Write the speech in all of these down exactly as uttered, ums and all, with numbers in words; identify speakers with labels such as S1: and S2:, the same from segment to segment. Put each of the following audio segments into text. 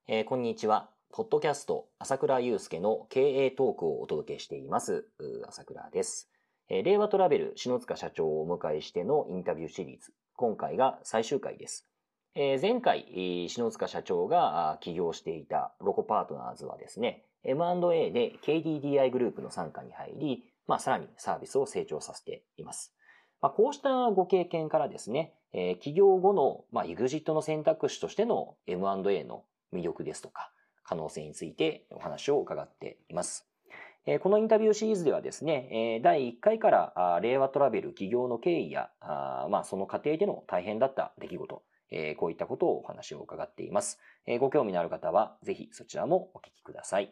S1: えーこんにちは。ポッドキャスト朝倉祐介の経営トークをお届けしています。うー朝倉です。えー令和トラベル篠塚社長をお迎えしてのインタビューシリーズ。今回が最終回です。えー前回、えー篠塚社長があー起業していたロコパートナーズはですね、エムアンドエー で ケーディーディーアイ グループの傘下に入り、まあ、さらにサービスを成長させています。まあ、こうしたご経験からですね、えー起業後の、まあ、エグジットの選択肢としての エムアンドエー の魅力ですとか、可能性についてお話を伺っています。えーこのインタビューシリーズではですね、えーだいいっかいからあー令和トラベル起業の経緯や、あーまあ、その過程での大変だった出来事、えーこういったことをお話を伺っています。えーご興味のある方は、ぜひそちらもお聞きください。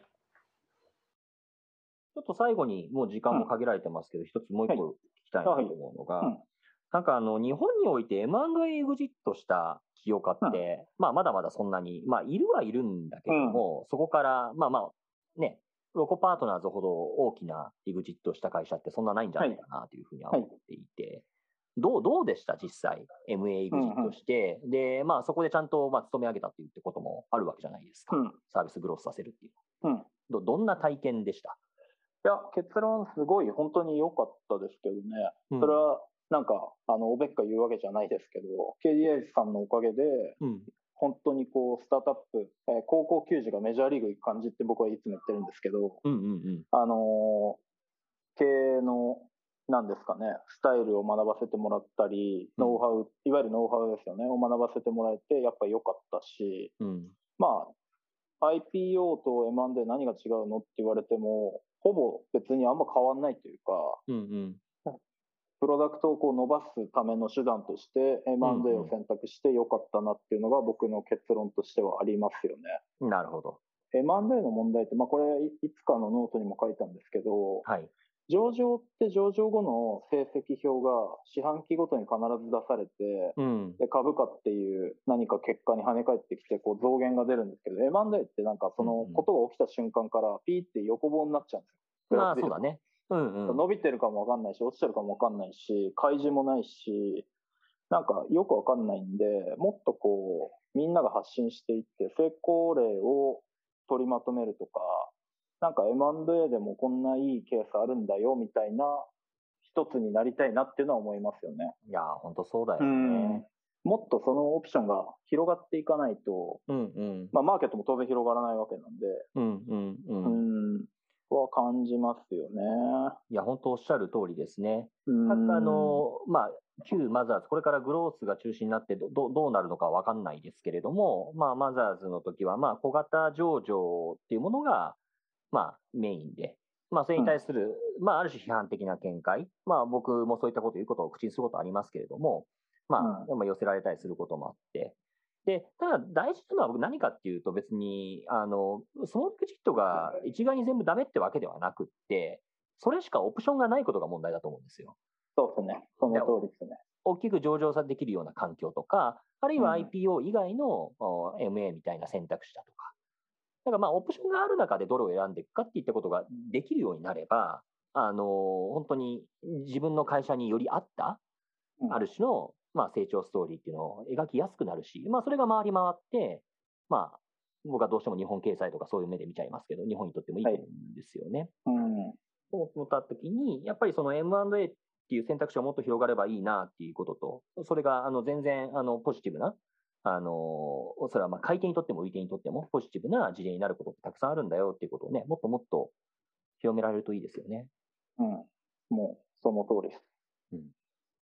S1: ちょっと最後に、もう時間も限られてますけど、一つもう一個聞きたいなと思うのが、
S2: うん
S1: なんかあの、日本において エムアンドエー エグジットした起業家って、まあまだまだそんなに、まあいるはいるんだけども、そこから、まあまあ、ね、ロコパートナーズほど大きなエグジットした会社ってそんなないんじゃないかなというふうには思っていて、どう、どうでした実際、エムエー エグジットして、で、まあそこでちゃんと、まあ勤め上げたっていうこともあるわけじゃないですか。
S2: うん
S1: サービスグロースさせるっていう。
S2: うん。
S1: ど、どんな体験でした？
S2: いや、結論すごい本当に良かったですけどね。
S1: うん
S2: それはなんか、あの、おべっか言うわけじゃないですけど、ケーディーアイ さんのおかげで、
S1: うん。
S2: 本当にこう、スタートアップ、えー高校球児がメジャーリーグ行く感じって僕はいつも言ってるんですけど、
S1: うんうんうん。
S2: あのー経営の、なんですかね、スタイルを学ばせてもらったり、ノウハウ、いわゆるノウハウですよね、を学ばせてもらえて、やっぱり良かったし、
S1: うん。
S2: まあ、アイピーオー と エムアンドエー 何が違うのって言われても、ほぼ別にあんま変わんないというか、
S1: うんうん。
S2: プロダクトをこう伸ばすための手段として エムアンドエー を選択してよかったなっていうのが僕の結論としてはありますよね。
S1: なるほど。
S2: エムアンドエー の問題って、まあ、これいいつかのノートにも書いたんですけど、
S1: はい。
S2: 上場って上場後の成績表が四半期ごとに必ず出されて、
S1: うん。
S2: で株価っていう何か結果に跳ね返ってきてこう増減が出るんですけど、エムアンドエー ってなんかそのことが起きた瞬間からピーって横棒になっちゃうんですよ。
S1: まあそうだね。うんうん。
S2: 伸びてるかもわかんないし、落ちてるかもわかんないし、開示もないし、なんかよくわかんないんで、もっとこう、みんなが発信していって、成功例を取りまとめるとか、なんか エムアンドエー でもこんないいケースあるんだよみたいな一つになりたいなっていうのは思いますよね。
S1: いやー、ほんとそうだよ
S2: うん
S1: ね。
S2: もっとそのオプションが広がっていかないと、
S1: うんうん。
S2: まあマーケットも当然広がらないわけなんで、
S1: うんうんう。
S2: うんん、は感じますよね。
S1: いや、本当おっしゃる通りですね。
S2: うん
S1: ただあの、まあ、旧マザーズ、これからグロースが中心になってど、どどうなるのかわかんないですけれども、まあ、マザーズの時は、まあ、小型上場っていうものが、まあ、メインで、まあ、それに対する、まあ、ある種批判的な見解、まあ、僕もそういったこと言うことを口にすることありますけれども、まあ、まあ寄せられたりすることもあって、で、ただ大事なのは僕何かっていうと別に、あの、スモールエグジットが一概に全部ダメってわけではなくって、それしかオプションがないことが問題だと思うんですよ。
S2: そうですね。その通りですね。
S1: 大きく上場さできるような環境とか、あるいは アイピーオー 以外のお エムエー みたいな選択肢だとか。だからまあオプションがある中でどれを選んでいくかっていったことができるようになれば、あの、本当に自分の会社により合った
S2: うん
S1: ある種の、まあ、成長ストーリーっていうのを描きやすくなるし、まあ、それが回り回って、まあ、僕はどうしても日本経済とかそういう目で見ちゃいますけど、日本にとってもいいと思うんですよね。
S2: うん
S1: と思ったときに、やっぱりその エムアンドエー っていう選択肢がもっと広がればいいなっていうことと、それがあの全然あのポジティブな、あのそれはまあ買い手にとっても売り手にとってもポジティブな事例になることってたくさんあるんだよっていうことをね、もっともっと広められるといいですよね。
S2: うん、もうその通りです。
S1: うん